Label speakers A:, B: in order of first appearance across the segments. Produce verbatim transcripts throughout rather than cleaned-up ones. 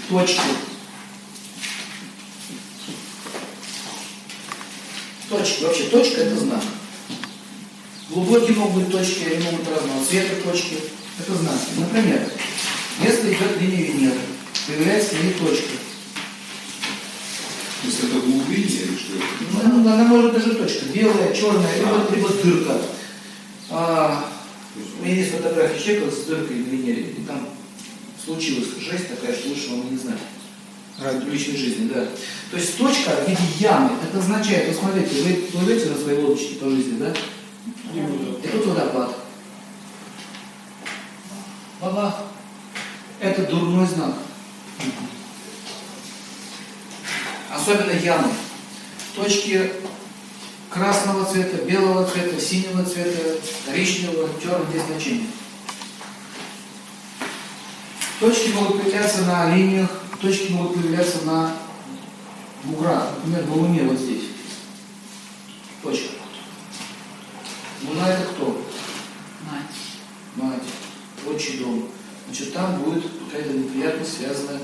A: точки. Точки. Вообще точка это знак. Глубокие могут быть точки, они могут разного цвета точки. Это знаки. Например, если идет линия Венеры, появляется две точки.
B: То есть это глубина или что это?
A: Ну, она может даже точка. Белая, черная, либо, либо дырка. А, у меня есть фотография человека с дыркой на Венере. И там случилась жесть такая, что лучше вам не знать. Ради личной жизни, да. То есть точка в виде ямы. Это означает, вы смотрите, вы плывете на своей лодочке по жизни, да? И тут водопад. Баба. Это дурной знак. Особенно ямы. Точки красного цвета, белого цвета, синего цвета, коричневого, черного без значения. Точки могут появляться на линиях, точки могут появляться на буграх. Например, на Луне вот здесь. Точка. Луна это кто?
C: Мать.
A: Мать. Отчий дом. Значит, там будет какая-то неприятность, связанная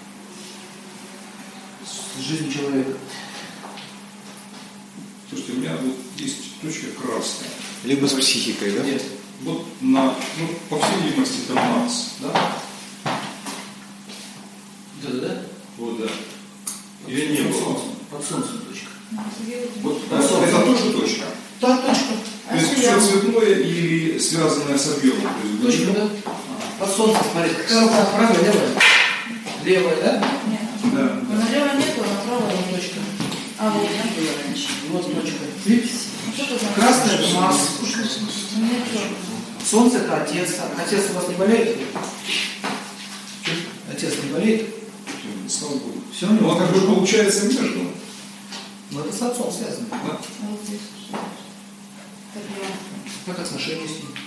A: с жизнью человека.
B: Слушайте, у меня вот есть точка красная.
D: Либо с психикой, да?
A: Нет.
B: Вот на, ну, по всей видимости, это Марс, да?
A: Да-да-да?
B: Вот, да. Или не было?
A: Под солнцем точка.
B: Вот, да, это тоже точка?
A: Да, точка.
B: То есть все цветное или связанное с объемом?
A: Точка, да? Под солнцем, смотри. Какая рука? Правая, левая? Левая, да?
C: Нет.
B: Да.
C: Ну, налево нету, а направо
A: Вот
C: нет.
A: точка.
C: А, вот я была раньше.
A: Вот точка. Видите?
C: Что это значит?
A: Красная это Марс.
C: У меня черный.
A: Солнце это отец. Отец у вас не болеет? Отец не болеет?
B: Слава Богу.
A: Все у него
B: Ну, а как бы получается между.
A: Ну, это с отцом связано.
B: Да?
C: А вот здесь. Так, я.
A: Как отношения с ним?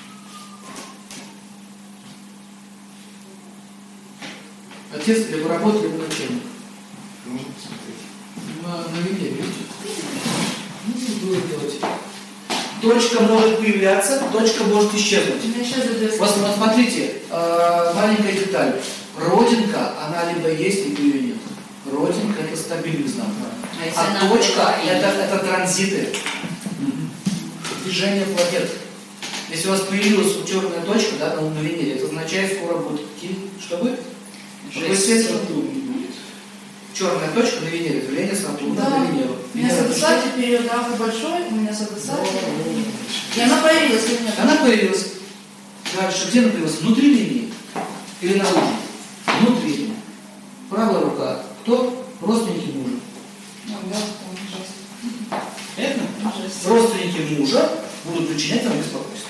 A: Отец либо работает, либо начальник.
B: Можно посмотреть.
A: На, на вине, видите? Ну, что будет делать? Точка может появляться, точка может исчезнуть.
C: У меня сейчас идет.
A: Вот, вот смотрите, э, маленькая деталь. Родинка, она либо есть, либо ее нет. Родинка это стабильный знак.
C: А если
A: А
C: она
A: точка
C: была,
A: это, это транзиты. Движение планет. Если у вас появилась вот черная точка, да, на лунной Венере, это означает, скоро будет идти. Что будет? Какой цвет? Черная точка на Венере, движение Сатурна
C: Да.
A: на Венеру.
C: У меня
A: Венера это что?
C: садосати период Альфа большой, у меня садосати. И она появилась у меня.
A: Она появилась. Дальше, где она появилась? Внутри линии или наружу? Внутри линии. Правая рука. Кто? Родственники мужа.
C: Ну, да, там ужасно.
A: Это?
C: Ужасно.
A: Родственники мужа будут причинять вам беспокойство.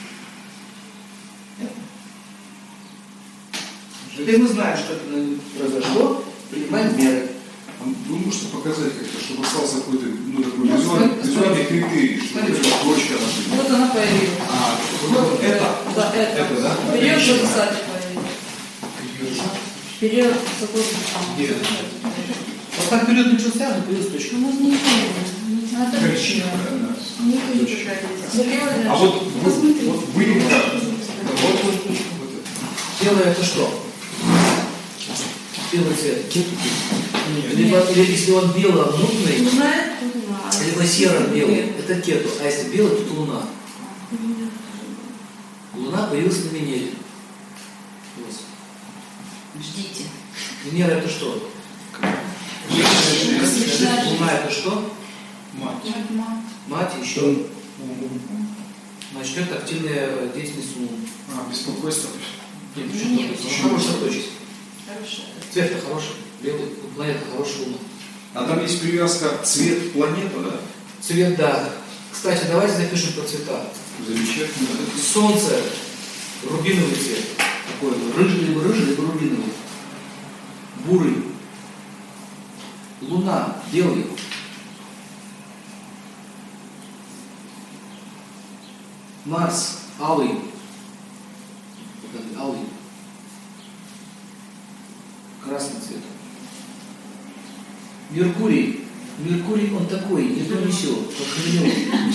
A: Теперь мы знаем, что это произошло, принимаем меры.
B: Вы можете показать как-то, чтобы остался какой-то, ну, такой
A: Ну,
B: визуальный,
A: смотри,
B: визуальный критерий, что
A: смотри.
B: это точка, например.
A: Вот она появилась.
B: А, вот это?
C: Да, это.
B: Это, да?
C: Период садосати появилась. Период такой.
B: Где?
A: Вот так период начался, она появилась точка.
C: Ну, не помню. Ну, это
B: Коричневая, да.
C: не хочу какая-то.
B: А вот, вот, вот выемка. Вот, вот, вот, вот это.
A: Белое это что? Белый цвет.
B: Нет.
A: Либо, или если он бело-мутный,
C: Не знаю,
A: либо серо-белый, это кету. А если белый, то луна. Луна появилась на Венере.
C: Ждите.
A: Венера это что? Луна это что?
B: Мать.
A: Мать еще. Значит, это активная деятельность Луны.
B: А, беспокойство.
A: Нет,
C: Нет,
A: почему? Хорошая точка.
C: Хорошая.
A: Цвет-то хороший. Белый, планета хорошая Луна.
B: А там есть привязка цвет планеты, да?
A: Цвет, да. Кстати, давайте запишем про цвета.
B: Замечательно.
A: Солнце, рубиновый цвет. Такой рыжий, либо рыжий, либо рубиновый. Бурый. Луна, белый. Марс, алый. Вот этот алый. Красный цвет. Меркурий. Меркурий он такой, не то не сё, как хамелеон.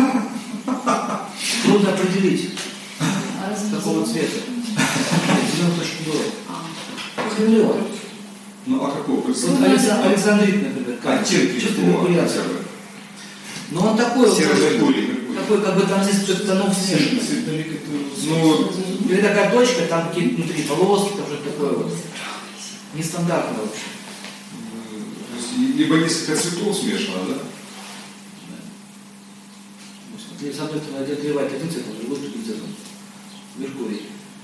A: Трудно определить,
C: А разве
A: какого цвета. Зеленый точно было.
C: А.
A: Хамелеон.
B: Ну а какого?
A: Вот
B: Представьте.
A: Александ- Александрит, например, как
B: Оттенки
A: чисто
B: какого
A: меркуриация.
B: хотя бы?
A: Но он такой, вот,
B: Серый
A: такой,
B: Меркурий, Меркурий.
A: такой, как бы там здесь что-то тонов смешано.
B: Ну,
A: Или такая точка, там какие-то внутри полоски, там что-то такое вот. Нестандартно вообще.
B: то есть, либо несколько цветов смешано, да?
A: Если с одной стороны отливает один цвет, а с другой другим цветом. Меркурий.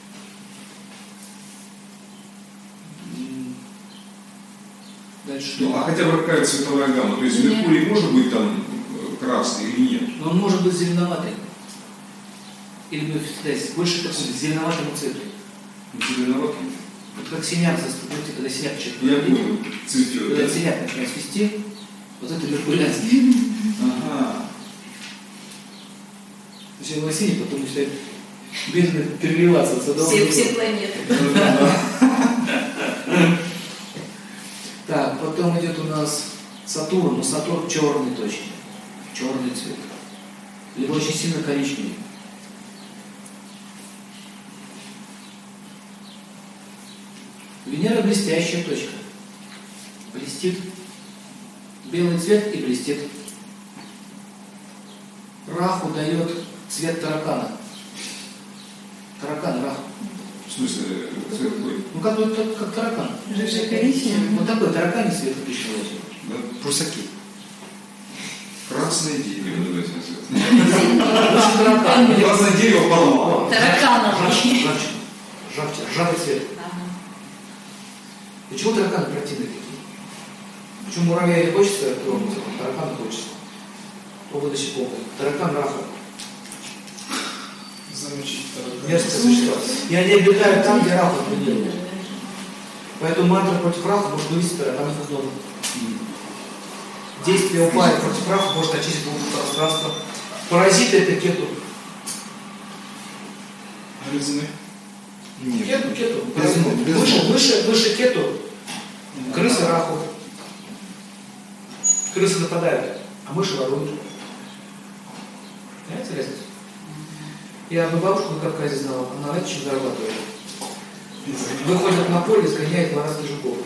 A: М. Дальше что?
B: Ну, а хотя бы какая цветовая гамма? То есть
C: Нет.
B: Меркурий может быть там э, красный или нет?
A: Но он может быть зеленоватый. Или мы всегда больше к зеленоватому цвету.
B: Зеленоватый.
A: Вот как синяк, помните, когда синяк начинает
B: Я
A: выходить,
B: понял, цветет,
A: когда
B: да?
A: синяк начинает свести, вот это меркурианский.
B: Ага.
A: Сначала его синий, потом начинает медленно переливаться.
C: Все, все планеты.
A: Так, потом идет у нас Сатурн, но Сатурн черный точно. Черный цвет. Либо очень сильно коричневый. Венера блестящая точка. Блестит. Белый цвет и блестит. Раху дает цвет таракана. Таракан, раху.
B: В смысле, цвет какой?
A: Ну как, вот, как, как таракан.
C: Рыжий-коричневый.
A: Вот такой тараканий цвет коричневый.
B: Да?
D: Прусаки.
B: Красное дерево, давайте цвет.
A: Таракан.
B: Красное дерево поломало.
C: Таракановый.
A: Ржавчина. Ржавчина. Ржавый цвет.
C: Ага.
A: Почему тараканы противные такие? Почему муравья не хочется тронуть, а таракан хочется? Оба насекомые. Таракан раха. Мерзкое существо. И они обитают там, где раха определяют. Поэтому мантра против раха может вывести тараканов из дома. Действие упари против раха может очистить воздух пространства. Паразиты это кету.
D: Грызуны. Нет.
A: Кету, кету.
D: Без ног, без
A: Выше,
D: ног.
A: выше, выше кету. Крысы раху. Крысы нападают, а мыши воруют. Понимаете разницу? Я одну бабушку на Кавказе знала, она знаете, чем зарабатывает? Выходит на поле, сгоняет дворазных жуков.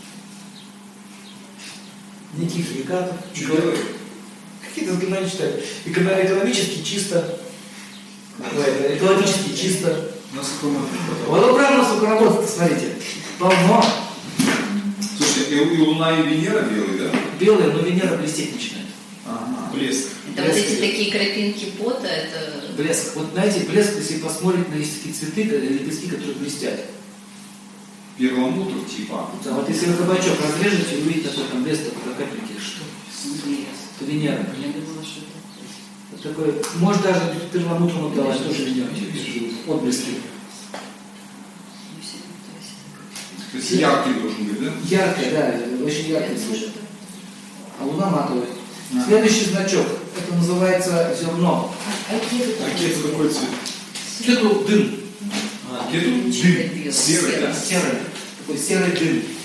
A: Никаких химикатов.
B: Что делает?
A: Какие-то заклинания читают. Эко- Экономически чисто. Бывает, экологически чисто.
B: На каком?
A: Вот правильно, сколько работает, смотрите. Полно.
B: Слушайте, и, и Луна, и Венера белые, да?
A: Белые, но Венера блестеть начинает.
B: Ага. Блеск.
C: Это вот эти такие крапинки пота, это...
A: Блеск. Вот знаете, блеск, если посмотреть на есть такие цветы, или лепестки, которые блестят.
B: Перламутр типа.
A: Да, вот если вы кабачок разрежете, вы увидите такой там блеск, такой капельки. Что? Это Венера.
C: Я думала, что это...
A: Вот такой, может даже перламутром отдавать, тоже Венера. Отблески.
B: То есть яркий должен быть, да?
A: Яркое, да, очень
C: Я
A: яркое
C: думаю,
A: цвет.
C: что это...
A: А луна матовая.
B: А.
A: Следующий значок. Это называется зерно.
C: А кету
D: А кету какой цвет?
A: Кету дым.
B: А, кету
C: Ничего
B: дым.
C: белого,
B: Серый, да?
A: Серый. Такой серый дым.